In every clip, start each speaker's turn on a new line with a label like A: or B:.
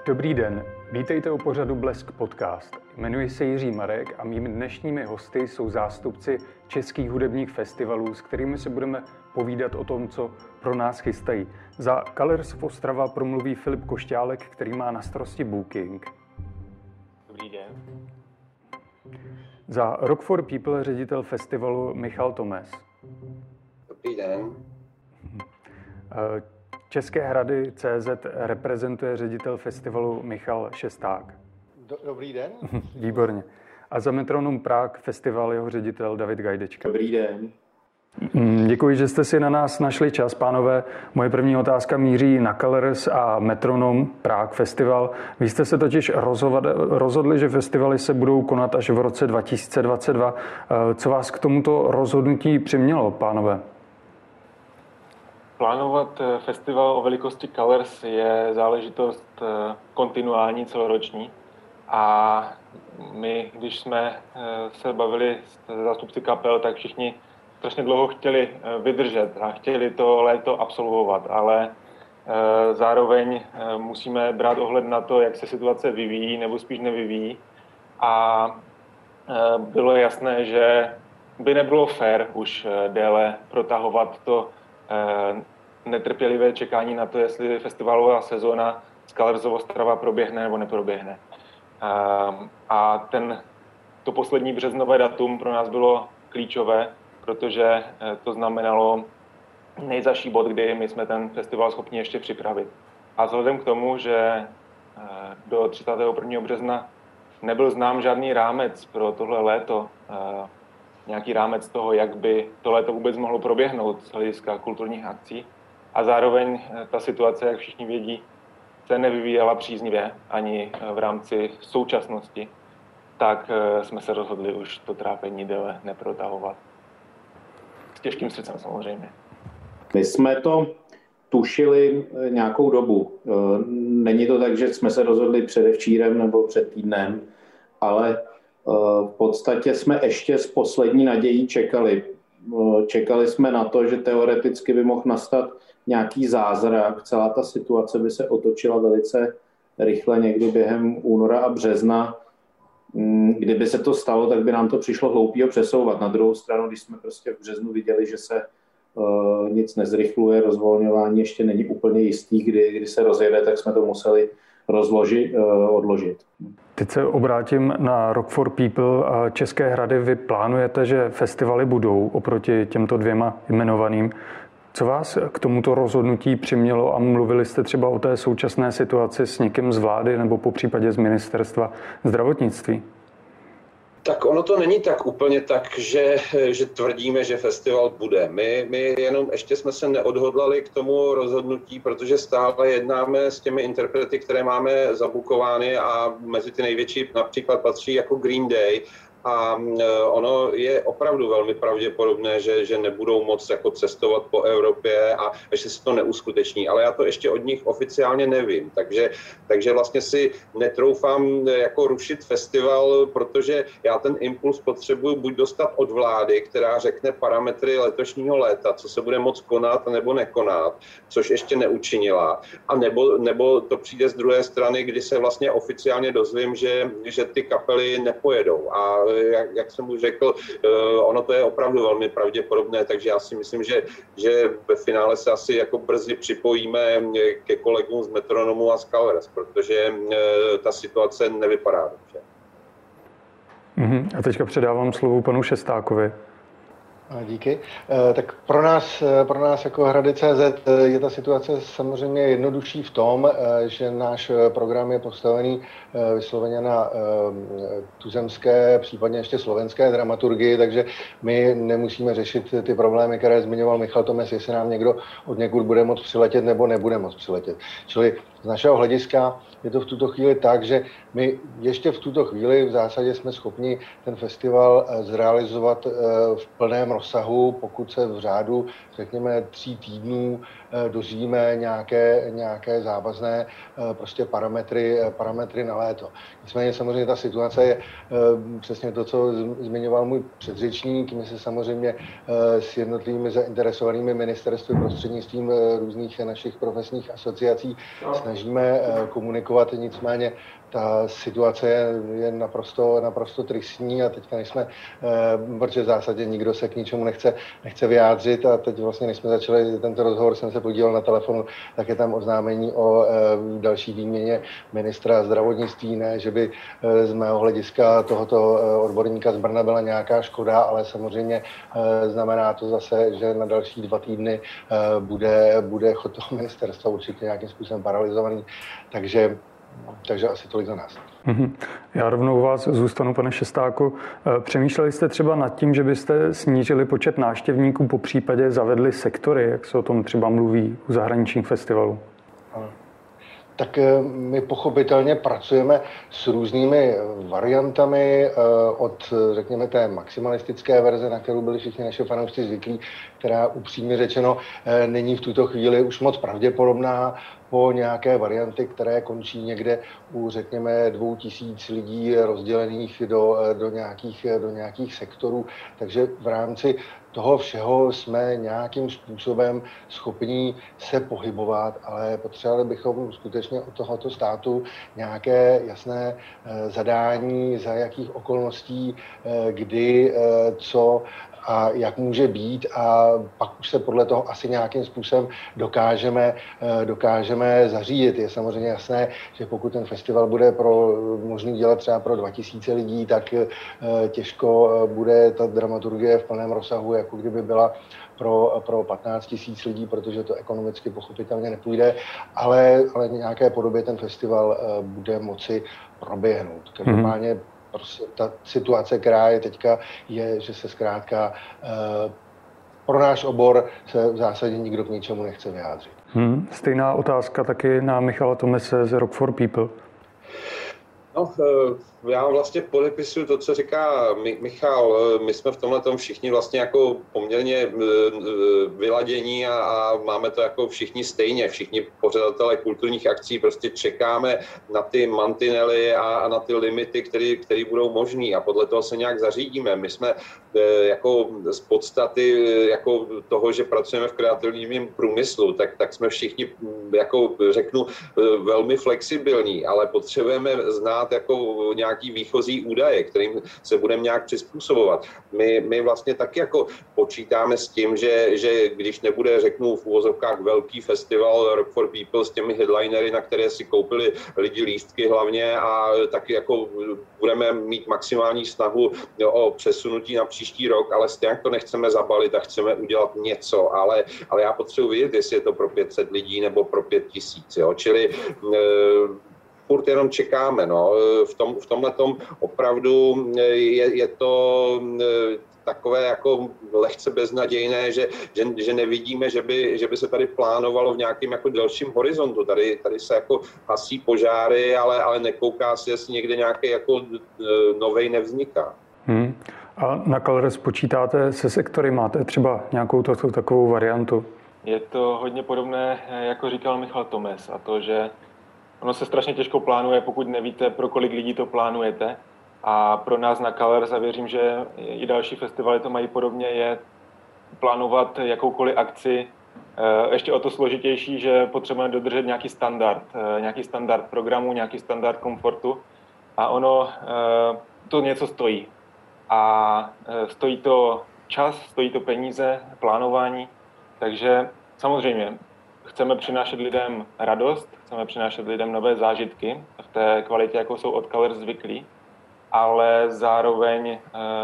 A: Dobrý den, vítejte u pořadu Blesk Podcast. Jmenuji se Jiří Marek a mými dnešními hosty jsou zástupci českých hudebních festivalů, s kterými si budeme povídat o tom, co pro nás chystají. Za Colors v Ostrava promluví Filip Košťálek, který má na starosti booking.
B: Dobrý den.
A: Za Rock for People ředitel festivalu Michal Tomes.
C: Dobrý den.
A: České hrady CZ reprezentuje ředitel festivalu Michal Šesták.
D: Dobrý den.
A: Výborně. A za Metronom Prague festival jeho ředitel David Gajdečka.
C: Dobrý den.
A: Děkuji, že jste si na nás našli čas, pánové. Moje první otázka míří na Colors a Metronom Prague festival. Vy jste se totiž rozhodli, že festivaly se budou konat až v roce 2022. Co vás k tomuto rozhodnutí přimělo, pánové?
B: Plánovat festival o velikosti Colors je záležitost kontinuální, celoroční. A my, když jsme se bavili s zástupci kapel, tak všichni strašně dlouho chtěli vydržet a chtěli to léto absolvovat, ale zároveň musíme brát ohled na to, jak se situace vyvíjí nebo spíš nevyvíjí. A bylo jasné, že by nebylo fér už déle protahovat to netrpělivé čekání na to, jestli festivalová sezóna z Colors of Ostrava proběhne nebo neproběhne. A to poslední březnové datum pro nás bylo klíčové, protože to znamenalo nejzazší bod, kdy my jsme ten festival schopni ještě připravit. A vzhledem k tomu, že do 31. března nebyl znám žádný rámec pro tohle léto, nějaký rámec toho, jak by to léto vůbec mohlo proběhnout z hlediska kulturních akcí. A zároveň ta situace, jak všichni vědí, se nevyvíjela příznivě ani v rámci současnosti, tak jsme se rozhodli už to trápení déle neprotahovat. S těžkým srdcem samozřejmě.
C: My jsme to tušili nějakou dobu. Není to tak, že jsme se rozhodli předevčírem nebo před týdnem, ale v podstatě jsme ještě s poslední nadějí čekali. Čekali jsme na to, že teoreticky by mohl nastat nějaký zázrak. Celá ta situace by se otočila velice rychle někdy během února a března. Kdyby se to stalo, tak by nám to přišlo hloupýho přesouvat. Na druhou stranu, když jsme prostě v březnu viděli, že se nic nezrychluje, rozvolňování ještě není úplně jistý, kdy se rozjede, tak jsme to museli odložit.
A: Teď se obrátím na Rock for People a České hrady. Vy plánujete, že festivaly budou oproti těmto dvěma jmenovaným. Co vás k tomuto rozhodnutí přimělo a mluvili jste třeba o té současné situaci s někým z vlády nebo popřípadě z ministerstva zdravotnictví?
D: Tak ono to není tak úplně tak, že tvrdíme, že festival bude. My jenom ještě jsme se neodhodlali k tomu rozhodnutí, protože stále jednáme s těmi interprety, které máme zabukovány a mezi ty největší například patří jako Green Day. A ono je opravdu velmi pravděpodobné, že nebudou moc jako cestovat po Evropě a že se to neuskuteční. Ale já to ještě od nich oficiálně nevím. Takže vlastně si netroufám jako rušit festival, protože já ten impuls potřebuji buď dostat od vlády, která řekne parametry letošního léta, co se bude moc konat nebo nekonat, což ještě neučinila. A nebo to přijde z druhé strany, kdy se vlastně oficiálně dozvím, že ty kapely nepojedou. A jak jsem už řekl, ono to je opravdu velmi pravděpodobné, takže já si myslím, že ve finále se asi jako brzy připojíme ke kolegům z Metronomu a z Colors, protože ta situace nevypadá dobře.
A: A teďka předávám slovo panu Šestákovi.
E: Díky. Tak pro nás jako Hrady CZ je ta situace samozřejmě jednodušší v tom, že náš program je postavený vysloveně na tuzemské, případně ještě slovenské dramaturgii, takže my nemusíme řešit ty problémy, které zmiňoval Michal Tomes, jestli nám někdo od někud bude moct přiletět nebo nebude moct přiletět. Čili z našeho hlediska je to v tuto chvíli tak, že my ještě v tuto chvíli v zásadě jsme schopni ten festival zrealizovat v plném rozsahu, pokud se v řádu, řekněme, 3 týdnů dozvíme nějaké závazné prostě parametry na léto. Nicméně samozřejmě ta situace je přesně to, co zmiňoval můj předřečník. My se samozřejmě s jednotlivými zainteresovanými ministerstvy prostřednictvím různých našich profesních asociací snažíme komunikovat, nicméně ta situace je naprosto tristní a teďka nejsme, protože v zásadě nikdo se k ničemu nechce vyjádřit a teď vlastně, než jsme začali tento rozhovor, jsem se podíval na telefonu, tak je tam oznámení o další výměně ministra zdravotnictví, ne, že by z mého hlediska tohoto odborníka z Brna byla nějaká škoda, ale samozřejmě znamená to zase, že na další 2 týdny bude chod toho ministerstva určitě nějakým způsobem paralizovaný, takže asi tolik za nás.
A: Já rovnou vás zůstanu, pane Šestáku. Přemýšleli jste třeba nad tím, že byste snížili počet návštěvníků, po případě zavedli sektory, jak se o tom třeba mluví u zahraničních festivalů?
E: Tak my pochopitelně pracujeme s různými variantami od, řekněme, té maximalistické verze, na kterou byli všichni naši fanoušci zvyklí, která upřímně řečeno není v tuto chvíli už moc pravděpodobná, po nějaké varianty, které končí někde u, řekněme, 2000 lidí rozdělených do nějakých sektorů. Takže v rámci toho všeho jsme nějakým způsobem schopní se pohybovat, ale potřebovali bychom skutečně od tohoto státu nějaké jasné zadání, za jakých okolností, kdy, co a jak může být, a pak už se podle toho asi nějakým způsobem dokážeme zařídit. Je samozřejmě jasné, že pokud ten festival bude možný dělat třeba pro 2000 lidí, tak těžko bude ta dramaturgie v plném rozsahu, jako kdyby byla pro 15 000 lidí, protože to ekonomicky pochopitelně nepůjde, ale nějaké podobě ten festival bude moci proběhnout. Každopádně prostě ta situace, která je teďka, je, že se zkrátka pro náš obor se v zásadě nikdo k ničemu nechce vyjádřit.
A: Stejná otázka taky na Michala Tomese z Rock for People.
D: No, já vlastně podepisuju to, co říká Michal. My jsme v tomhletom všichni vlastně jako poměrně vyladění a máme to jako všichni stejně. Všichni pořadatelé kulturních akcí prostě čekáme na ty mantinely a na ty limity, které budou možný, a podle toho se nějak zařídíme. My jsme jako z podstaty jako toho, že pracujeme v kreativním průmyslu, tak jsme všichni, jako řeknu, velmi flexibilní, ale potřebujeme znát jako nějaký výchozí údaje, kterým se budeme nějak přizpůsobovat. My vlastně taky jako počítáme s tím, že když nebude, řeknu v uvozovkách, velký festival Rock for People s těmi headlinery, na které si koupili lidi lístky hlavně, a taky jako budeme mít maximální snahu o přesunutí na příští rok, ale stejně to nechceme zabalit a chceme udělat něco, ale já potřebuji vědět, jestli je to pro 500 lidí nebo pro 5000, jo? Čili furt jenom čekáme. No. V tomhletom opravdu je to takové jako lehce beznadějné, že nevidíme, že by se tady plánovalo v nějakém jako delším horizontu. Tady se jako hasí požáry, ale nekouká se, jestli někde nějaký jako novej nevzniká.
A: A na Colors počítáte se sektory? Máte třeba nějakou takovou variantu?
B: Je to hodně podobné, jako říkal Michal Tomes, a to, že ono se strašně těžko plánuje, pokud nevíte, pro kolik lidí to plánujete. A pro nás na Colors, a věřím, že i další festivaly to mají podobně, je plánovat jakoukoliv akci ještě o to složitější, že potřebujeme dodržet nějaký standard programu, nějaký standard komfortu. A ono to něco stojí. A stojí to čas, stojí to peníze, plánování. Takže samozřejmě chceme přinášet lidem radost, chceme přinášet lidem nové zážitky v té kvalitě, jako jsou od Colors zvyklí, ale zároveň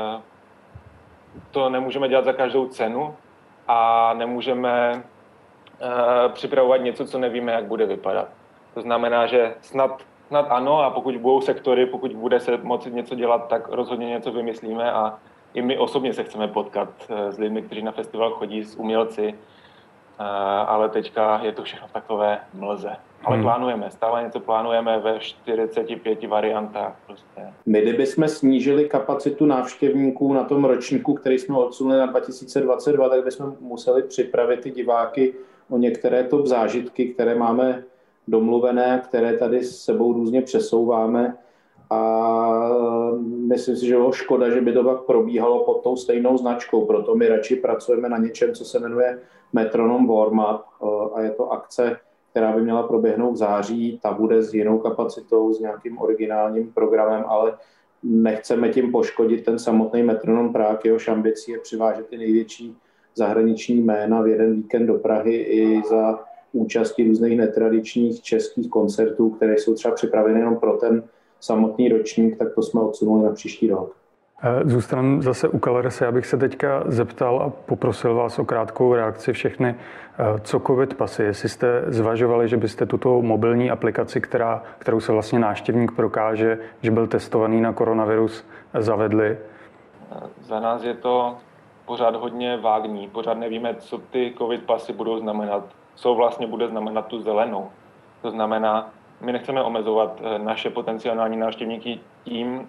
B: to nemůžeme dělat za každou cenu a nemůžeme připravovat něco, co nevíme, jak bude vypadat. To znamená, že snad ano, a pokud budou sektory, pokud bude se moci něco dělat, tak rozhodně něco vymyslíme, a i my osobně se chceme potkat s lidmi, kteří na festival chodí, s umělci, ale teďka je to všechno v takové mlze. Ale plánujeme, stále něco plánujeme ve 45 variantách. Prostě.
C: My, kdybychom snížili kapacitu návštěvníků na tom ročníku, který jsme odsunuli na 2022, tak bychom museli připravit ty diváky o některé top zážitky, které máme domluvené, které tady s sebou různě přesouváme a myslím si, že bylo škoda, že by to pak probíhalo pod tou stejnou značkou, proto my radši pracujeme na něčem, co se jmenuje Metronom Warm-up a je to akce, která by měla proběhnout v září, ta bude s jinou kapacitou, s nějakým originálním programem, ale nechceme tím poškodit ten samotný Metronom Prague, jehož ambicí je přivážet ty největší zahraniční jména v jeden víkend do Prahy i za účasti různých netradičních českých koncertů, které jsou třeba připraveny jenom pro ten samotný ročník, tak to jsme odsunuli na příští rok.
A: Zůstaneme zase u Colors. Já bych se teďka zeptal a poprosil vás o krátkou reakci všechny. Co COVID pasy? Jestli jste zvažovali, že byste tuto mobilní aplikaci, kterou se vlastně návštěvník prokáže, že byl testovaný na koronavirus, zavedli?
B: Za nás je to pořád hodně vágní. Pořád nevíme, co ty COVID pasy budou znamenat. Co vlastně bude znamenat tu zelenou. To znamená, my nechceme omezovat naše potenciální návštěvníky tím,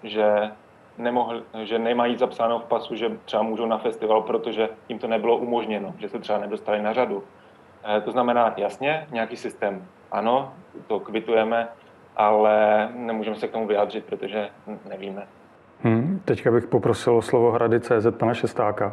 B: že nemají zapsáno v pasu, že třeba můžou na festival, protože jim to nebylo umožněno, že se třeba nedostali na řadu. To znamená, jasně, nějaký systém, ano, to kvitujeme, ale nemůžeme se k tomu vyjádřit, protože nevíme.
A: Teďka bych poprosil o slovo Hrady.cz pana Šestáka.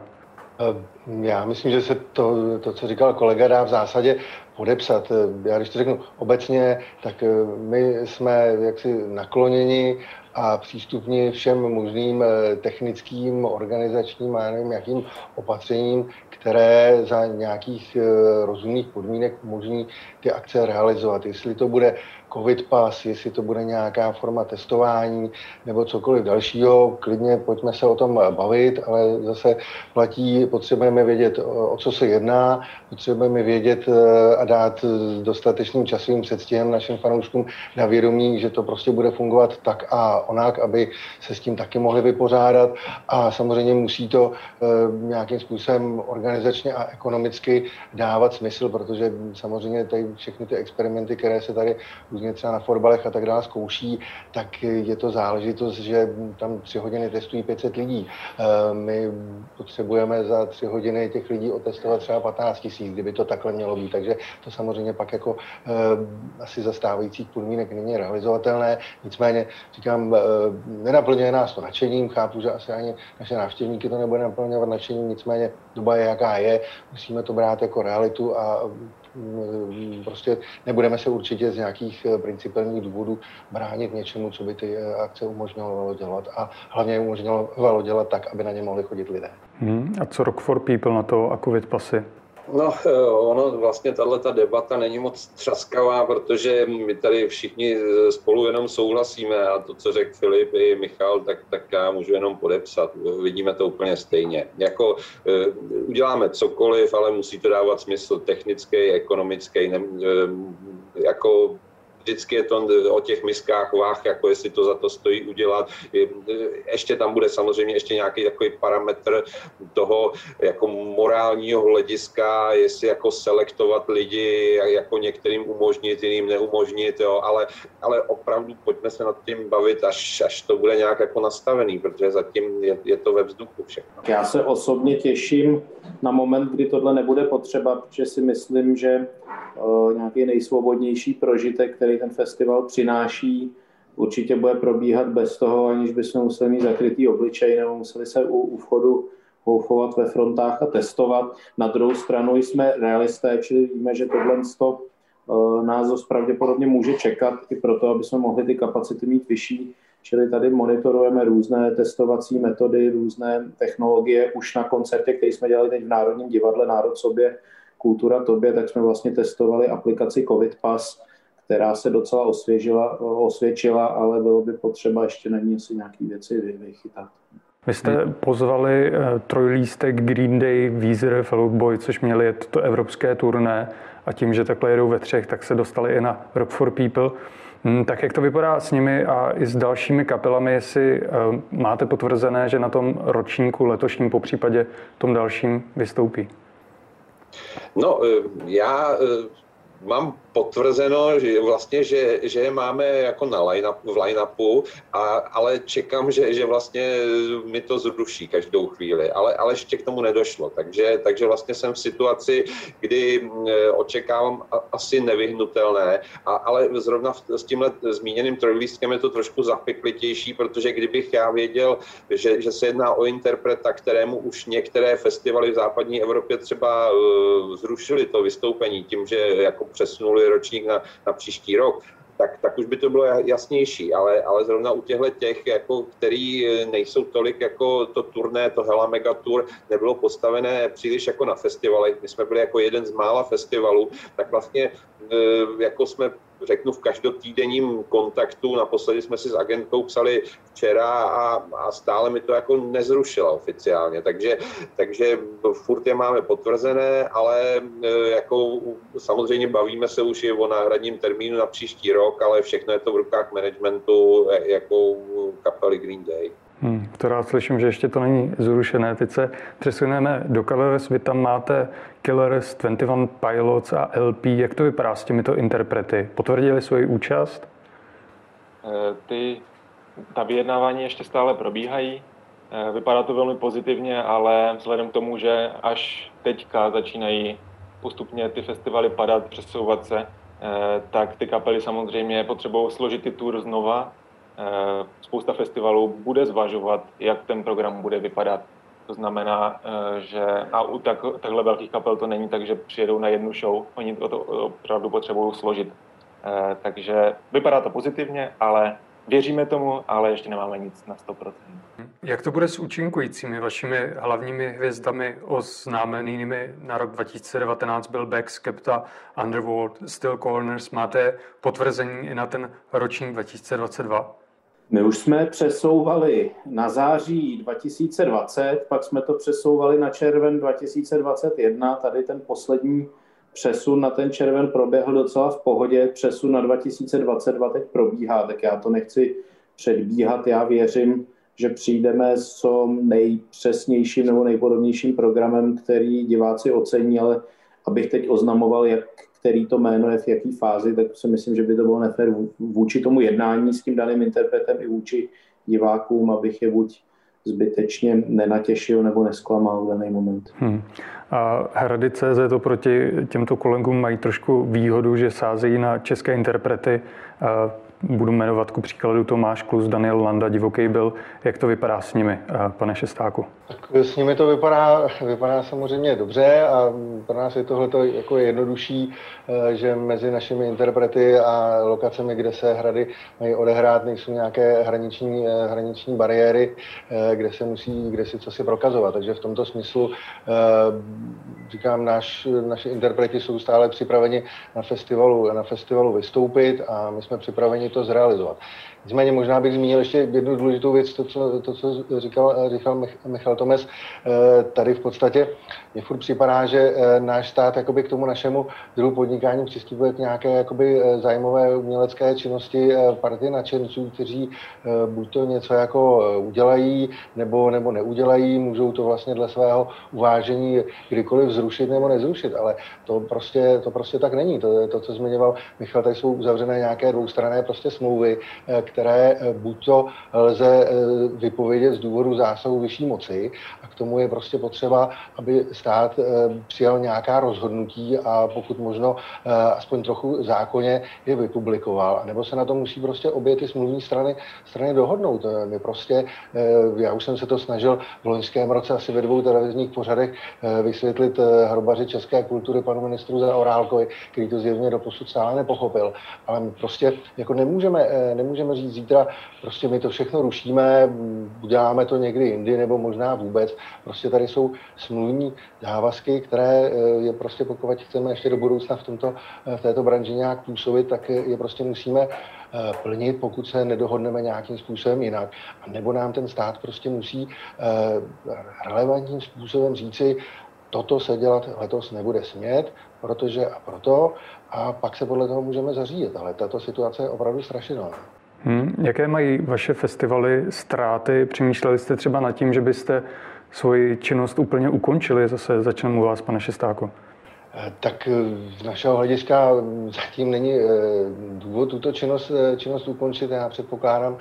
E: Já myslím, že se to, co říkal kolega, dá v zásadě podepsat. Já když to řeknu obecně, tak my jsme jaksi nakloněni a přístupní všem možným technickým, organizačním a nevím jakým opatřením, které za nějakých rozumných podmínek umožní ty akce realizovat. Jestli to bude COVID pas, jestli to bude nějaká forma testování nebo cokoliv dalšího, klidně pojďme se o tom bavit, ale zase platí, potřebujeme vědět, o co se jedná, potřebujeme vědět a dát dostatečným časovým předstihem našim fanouškům na vědomí, že to prostě bude fungovat tak a onak, aby se s tím taky mohli vypořádat a samozřejmě musí to nějakým způsobem organizačně a ekonomicky dávat smysl, protože samozřejmě tady všechny ty experimenty, které se tady různě třeba na fotbalech a tak dále zkouší, tak je to záležitost, že tam 3 hodiny testují 500 lidí. My potřebujeme za 3 hodiny těch lidí otestovat třeba 15 000, kdyby to takhle mělo být, takže to samozřejmě pak jako asi za stávajících podmínek není realizovatelné. Nicméně říkám, nenaplňuje nás to nadšením, chápu, že asi ani naše návštěvníky to nebude naplňovat nadšením, nicméně doba je jaká je, musíme to brát jako realitu a prostě nebudeme se určitě z nějakých principiálních důvodů bránit něčemu, co by ty akce umožňovalo dělat a hlavně umožňovalo dělat tak, aby na ně mohli chodit lidé.
A: A co Rock for People na to a COVID pasy?
D: No, ono vlastně tato debata není moc třaskavá, protože my tady všichni spolu jenom souhlasíme a to, co řekl Filip i Michal, tak já můžu jenom podepsat. Vidíme to úplně stejně. Jako uděláme cokoliv, ale musí to dávat smysl technický, ekonomický, jako vždycky je to o těch miskách váh, jako jestli to za to stojí udělat. Ještě tam bude samozřejmě ještě nějaký takový parametr toho jako morálního hlediska, jestli jako selektovat lidi, jako některým umožnit, jiným neumožnit, jo, ale opravdu pojďme se nad tím bavit, až to bude nějak jako nastavený, protože zatím je to ve vzduchu všechno.
C: Já se osobně těším na moment, kdy tohle nebude potřeba, protože si myslím, že nějaký nejsvobodnější prožitek, který ten festival přináší, určitě bude probíhat bez toho, aniž bychom museli mít zakrytý obličej nebo museli se u vchodu houfovat ve frontách a testovat. Na druhou stranu jsme realisté, čili víme, že tohle nás dost pravděpodobně může čekat i proto, aby jsme mohli ty kapacity mít vyšší. Čili tady monitorujeme různé testovací metody, různé technologie. Už na koncertě, který jsme dělali teď v Národním divadle Národ sobě, Kultura tobě, tak jsme vlastně testovali aplikaci COVID Pass, která se docela osvědčila, ale bylo by potřeba ještě na ní asi nějaké věci vychytat.
A: Vy jste pozvali trojlístek Green Day, Weezer, Fall Out Boy, což měli jet to evropské turné a tím, že takhle jedou ve 3, tak se dostali i na Rock for People. Tak jak to vypadá s nimi a i s dalšími kapelami, jestli máte potvrzené, že na tom ročníku letošním, popřípadě tom dalším vystoupí?
D: No, já mám potvrzeno, že vlastně, že je máme jako v line-upu, ale čekám, že vlastně mi to zruší každou chvíli, ale ještě k tomu nedošlo. Takže vlastně jsem v situaci, kdy očekávám asi nevyhnutelné, ale zrovna s tímhle zmíněným trojlístkem je to trošku zapeklitější, protože kdybych já věděl, že se jedná o interpreta, kterému už některé festivaly v západní Evropě třeba zrušili to vystoupení tím, že jako přesunuli ročník na příští rok, tak už by to bylo jasnější, ale zrovna u těch, jako, který nejsou tolik jako to turné, to Hella Mega Tour, nebylo postavené příliš jako na festivalech. My jsme byli jako jeden z mála festivalů, tak vlastně jako jsme, řeknu, v každotýdenním kontaktu, naposledy jsme si s agentkou psali včera a stále mi to jako nezrušila oficiálně, takže furt je máme potvrzené, ale jako samozřejmě bavíme se už i o náhradním termínu na příští rok, ale všechno je to v rukách managementu jako kapely Green Day.
A: To rád slyším, že ještě to není zrušené. Teď se přesuneme do Killers. Vy tam máte Killers, 21 Pilots a LP. Jak to vypadá s těmito interprety? Potvrdili svoji účast?
B: Ta vyjednávání ještě stále probíhají. Vypadá to velmi pozitivně, ale vzhledem k tomu, že až teďka začínají postupně ty festivaly padat, přesouvat se, tak ty kapely samozřejmě potřebují složit ty tour znova. Spousta festivalů bude zvažovat, jak ten program bude vypadat. To znamená, že u takhle velkých kapel to není tak, že přijedou na jednu show, oni to opravdu potřebují složit. Takže vypadá to pozitivně, ale věříme tomu, ale ještě nemáme nic na 100%.
A: Jak to bude s účinkujícími vašimi hlavními hvězdami oznámenými na rok 2019? Byl Beck, Skepta, Underworld, Still Corners. Máte potvrzení i na ten ročník 2022?
C: My už jsme přesouvali na září 2020, pak jsme to přesouvali na červen 2021. Tady ten poslední přesun na ten červen proběhl docela v pohodě. Přesun na 2022 teď probíhá, tak já to nechci předbíhat. Já věřím, že přijdeme s co nejpřesnějším nebo nejpodobnějším programem, který diváci ocení, ale abych teď oznamoval, který to jméno je v jaký fázi, tak si myslím, že by to bylo nefér vůči tomu jednání s tím daným interpretem i vůči divákům, abych je buď zbytečně nenatěšil nebo nesklamal v daný moment.
A: A Hrady.cz oproti těmto kolegům mají trošku výhodu, že sázejí na české interprety. Budu jmenovat ku příkladu Tomáš Klus, Daniel Landa, Divoký byl. Jak to vypadá s nimi, pane Šestáku?
E: Tak s nimi to vypadá samozřejmě dobře a pro nás je tohleto jako jednodušší, že mezi našimi interprety a lokacemi, kde se Hrady mají odehrát, nejsou nějaké hraniční bariéry, kde si co si prokazovat. Takže v tomto smyslu říkám, naši interpreti jsou stále připraveni na festivalu vystoupit a my jsme připraveni to zrealizovat. Nicméně možná bych zmínil ještě jednu důležitou věc, to co říkal Michal Tomes. Tady v podstatě mně furt připadá, že náš stát jakoby k tomu našemu druhu podnikání přistupuje k nějaké jakoby zájmové umělecké činnosti party nadšenců, kteří buď to něco jako udělají, nebo neudělají, můžou to vlastně dle svého uvážení kdykoliv zrušit nebo nezrušit, ale to prostě tak není. To co zmiňoval Michal, tady jsou uzavřené nějaké dvoustranné prostě smlouvy, které buď to lze vypovědět z důvodu zásahu vyšší moci a k tomu je prostě potřeba, aby stát přijal nějaká rozhodnutí a pokud možno aspoň trochu zákonně je vypublikoval. Nebo se na to musí prostě obě ty smluvní strany dohodnout. My prostě, já už jsem se to snažil v loňském roce asi ve 2 televizních pořadech vysvětlit hrobaři české kultury panu ministru Zaorálkovi, který to zjevně doposud stále nepochopil. Ale my prostě jako nemůžeme říct zítra, prostě my to všechno rušíme, uděláme to někdy jindy nebo možná vůbec. Prostě tady jsou smluvní závazky, které je prostě, pokud chceme ještě do budoucna v této branži nějak působit, tak je prostě musíme plnit, pokud se nedohodneme nějakým způsobem jinak. A nebo nám ten stát prostě musí relevantním způsobem říci, toto se dělat letos nebude smět, protože a proto, a pak se podle toho můžeme zařídit. Ale tato situace je opravdu strašidelná.
A: Jaké mají vaše festivaly ztráty? Přemýšleli jste třeba nad tím, že byste svoji činnost úplně ukončili? Zase začneme u vás, pane Šestáku.
E: Tak z našeho hlediska zatím není důvod tuto činnost ukončit. Já předpokládám,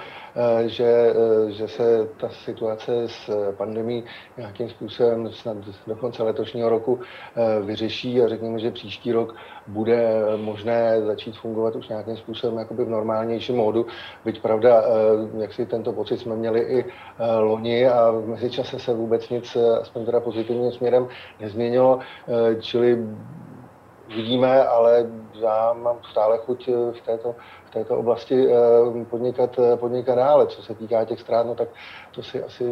E: že se ta situace s pandemií nějakým způsobem snad do konce letošního roku vyřeší a řekněme, že příští rok bude možné začít fungovat už nějakým způsobem jakoby v normálnějším módu. Byť pravda, jak si tento pocit jsme měli i loni a v mezičase se vůbec nic, aspoň teda pozitivním směrem, nezměnilo. Čili vidíme, ale já mám stále chuť v této oblasti podnikat dále. Co se týká těch ztrát, no tak to si asi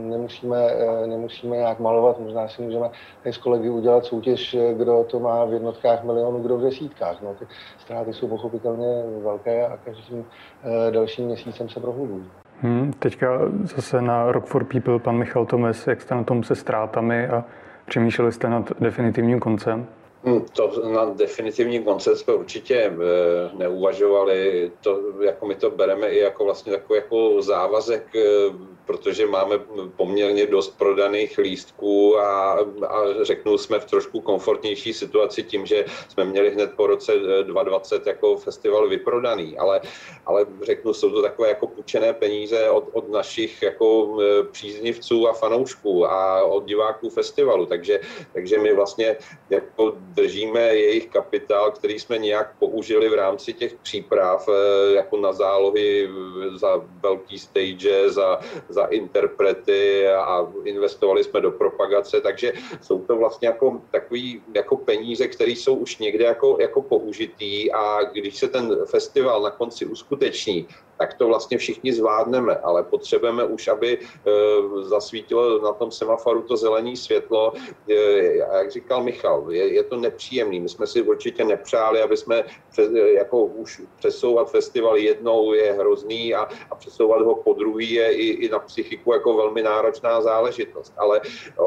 E: nemusíme nějak malovat. Možná si můžeme s kolegy udělat soutěž, kdo to má v jednotkách milionů, kdo v desítkách. No, ty ztráty jsou pochopitelně velké a každým dalším měsícem se prohlubují.
A: Teďka zase na Rock for People pan Michal Tomes, jak jste na tom se ztrátami a přemýšleli jste nad definitivním koncem?
D: To na definitivní koncept jsme určitě neuvažovali. Jako my to bereme i jako vlastně takový jako závazek, protože máme poměrně dost prodaných lístků a řeknu, jsme v trošku komfortnější situaci tím, že jsme měli hned po roce 2020 jako festival vyprodaný, ale řeknu, jsou to takové jako půjčené peníze od našich jako příznivců a fanoušků a od diváků festivalu, takže my vlastně jako držíme jejich kapitál, který jsme nějak použili v rámci těch příprav jako na zálohy za velký stage, za interprety a investovali jsme do propagace, takže jsou to vlastně jako takový jako peníze, které jsou už někde jako použitý a když se ten festival na konci uskuteční, tak to vlastně všichni zvládneme, ale potřebujeme už, aby zasvítilo na tom semaforu to zelené světlo. Jak říkal Michal, je to nepříjemný. My jsme si určitě nepřáli, aby jsme jako už přesouvat festival jednou je hrozný a přesouvat ho po druhý je i na psychiku jako velmi náročná záležitost. Ale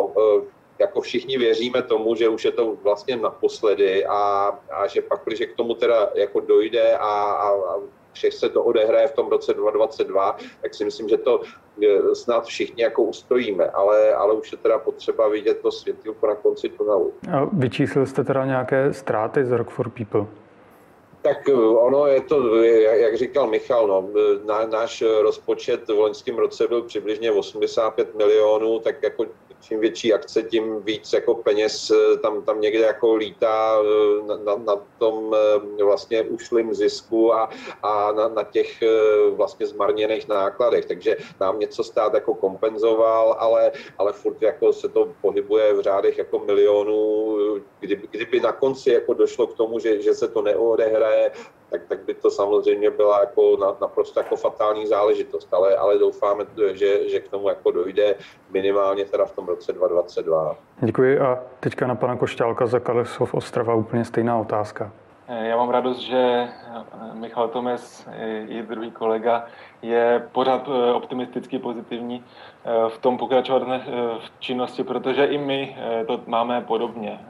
D: jako všichni věříme tomu, že už je to vlastně naposledy a že pak, když k tomu teda jako dojde a že se to odehraje v tom roce 2022, tak si myslím, že to snad všichni jako ustojíme, ale už je teda potřeba vidět to světýlko na konci tunelu.
A: A vyčíslil jste teda nějaké ztráty z Rock for People?
D: Tak ono je to, jak říkal Michal, no, náš rozpočet v loňském roce byl přibližně 85 milionů, tak jako čím větší akce, tím víc jako peněz tam někde jako lítá na tom vlastně ušlým zisku a na těch vlastně zmarněných nákladech. Takže nám něco stát jako kompenzoval, ale furt jako se to pohybuje v řádech jako milionů. Kdyby na konci jako došlo k tomu, že se to neodehraje, tak by to samozřejmě byla jako naprosto jako fatální záležitost, ale doufáme, že k tomu jako dojde minimálně teda v tom roce 2022.
A: Děkuji a teďka na pana Košťálka za Kalesov Ostrava úplně stejná otázka.
B: Já mám radost, že Michal Tomes i druhý kolega je pořád optimisticky pozitivní v tom pokračovat v činnosti, protože i my to máme podobně.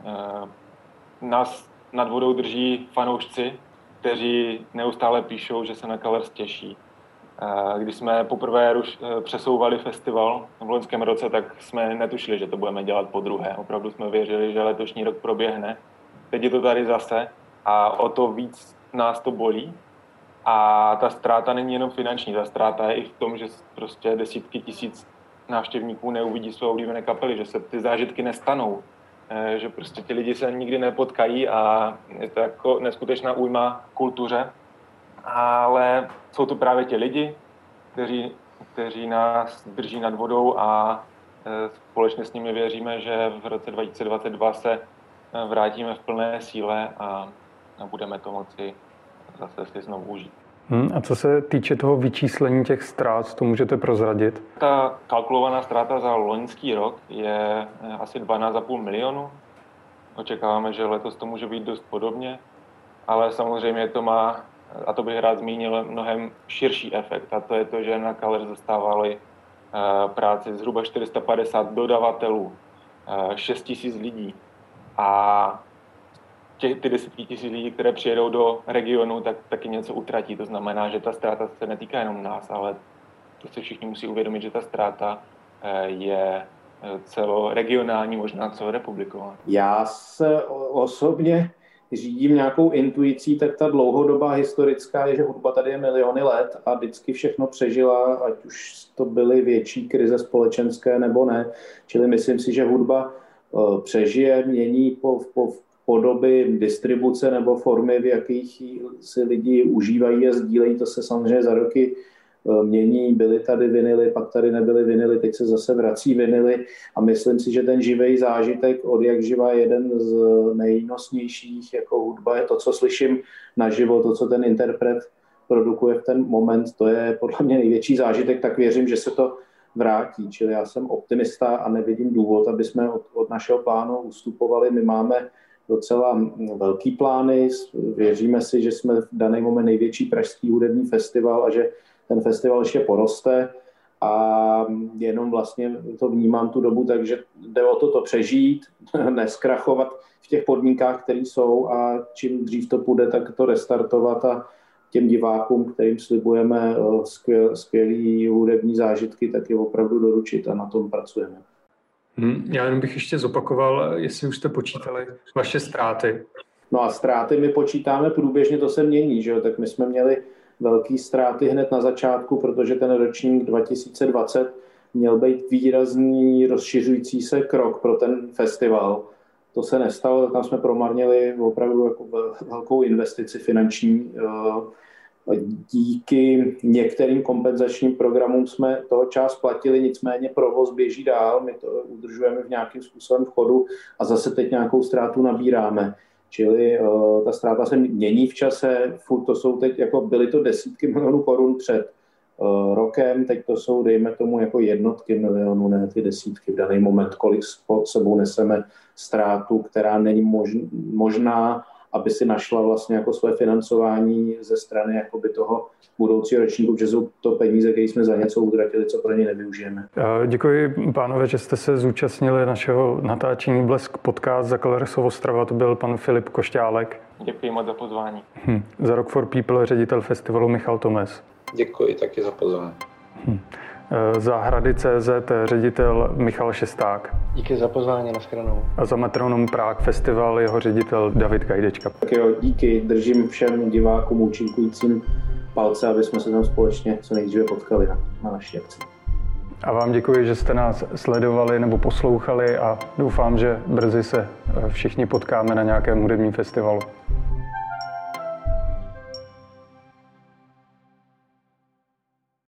B: Nás nad vodou drží fanoušci, kteří neustále píšou, že se na Colors těší. Když jsme poprvé přesouvali festival v loňském roce, tak jsme netušili, že to budeme dělat podruhé. Opravdu jsme věřili, že letošní rok proběhne. Teď je to tady zase a o to víc nás to bolí. A ta ztráta není jenom finanční, ta ztráta je i v tom, že prostě desítky tisíc návštěvníků neuvidí své oblíbené kapely, že se ty zážitky nestanou, že prostě ti lidi se nikdy nepotkají a je to jako neskutečná újma kultuře. Ale jsou to právě ti lidi, kteří nás drží nad vodou a společně s nimi věříme, že v roce 2022 se vrátíme v plné síle a budeme to moci zase si znovu užít.
A: A co se týče toho vyčíslení těch ztrát, to můžete prozradit?
B: Ta kalkulovaná ztráta za loňský rok je asi 12,5 milionu. Očekáváme, že letos to může být dost podobně, ale samozřejmě to má, a to bych rád zmínil, mnohem širší efekt. A to je to, že na Colors dostávali práci zhruba 450 dodavatelů, 6 000 lidí. A ty desítky tisíc lidí, které přijedou do regionu, tak taky něco utratí. To znamená, že ta ztráta se netýká jenom nás, ale to si všichni musí uvědomit, že ta ztráta je celoregionální, možná celorepubliková.
C: Já se osobně řídím nějakou intuicí, tak ta dlouhodobá historická je, že hudba tady je miliony let a vždycky všechno přežila, ať už to byly větší krize společenské nebo ne. Čili myslím si, že hudba přežije, mění po podoby distribuce nebo formy, v jakých si lidi užívají a sdílejí. To se samozřejmě za roky mění, byly tady vinily, pak tady nebyly vinily, teď se zase vrací vinily a myslím si, že ten živej zážitek od jak živa je jeden z nejnosnějších jako hudba, je to, co slyším naživo, to, co ten interpret produkuje v ten moment, to je podle mě největší zážitek, tak věřím, že se to vrátí, čili já jsem optimista a nevidím důvod, aby jsme od našeho plánu ustupovali. My máme docela velký plány, věříme si, že jsme v daný moment největší pražský hudební festival a že ten festival ještě poroste a jenom vlastně to vnímám tu dobu, takže jde o to přežít, neskrachovat v těch podmínkách, které jsou a čím dřív to půjde, tak to restartovat a těm divákům, kterým slibujeme skvělý hudební zážitky, tak je opravdu doručit a na tom pracujeme.
A: Já jenom bych ještě zopakoval, jestli už jste počítali vaše ztráty.
C: No a ztráty my počítáme průběžně, to se mění, že jo? Tak my jsme měli velké ztráty hned na začátku, protože ten ročník 2020 měl být výrazný rozšiřující se krok pro ten festival. To se nestalo, tam jsme promarnili opravdu jako velkou investici finanční. Díky některým kompenzačním programům jsme toho část platili, nicméně provoz běží dál, my to udržujeme v nějakým způsobem v chodu a zase teď nějakou ztrátu nabíráme. Čili ta ztráta se mění v čase, furt to jsou teď, jako byly to desítky milionů korun před rokem, teď to jsou, dejme tomu, jako jednotky milionů, ne ty desítky v daný moment, kolik sebou neseme ztrátu, která není možná, aby si našla vlastně jako své financování ze strany jakoby toho budoucího ročníku, že jsou to peníze, které jsme za něco utratili, co pro ně nevyužijeme.
A: Děkuji, pánové, že jste se zúčastnili našeho natáčení Blesk podcast za Colors of Ostrava. To byl pan Filip Košťálek.
B: Děkuji moc za pozvání.
A: Za Rock for People ředitel festivalu Michal Tomes.
D: Děkuji taky za pozvání.
A: Za Hrady.cz ředitel Michal Šesták.
E: Díky za pozvání, nashledanou.
A: A za Metronom Prague Festival jeho ředitel David Gajdečka.
C: Tak jo, díky, držím všem divákům, účinkujícím palce, aby jsme se tam společně co nejdříve potkali na naší akci.
A: A vám děkuji, že jste nás sledovali nebo poslouchali a doufám, že brzy se všichni potkáme na nějakém hudebním festivalu.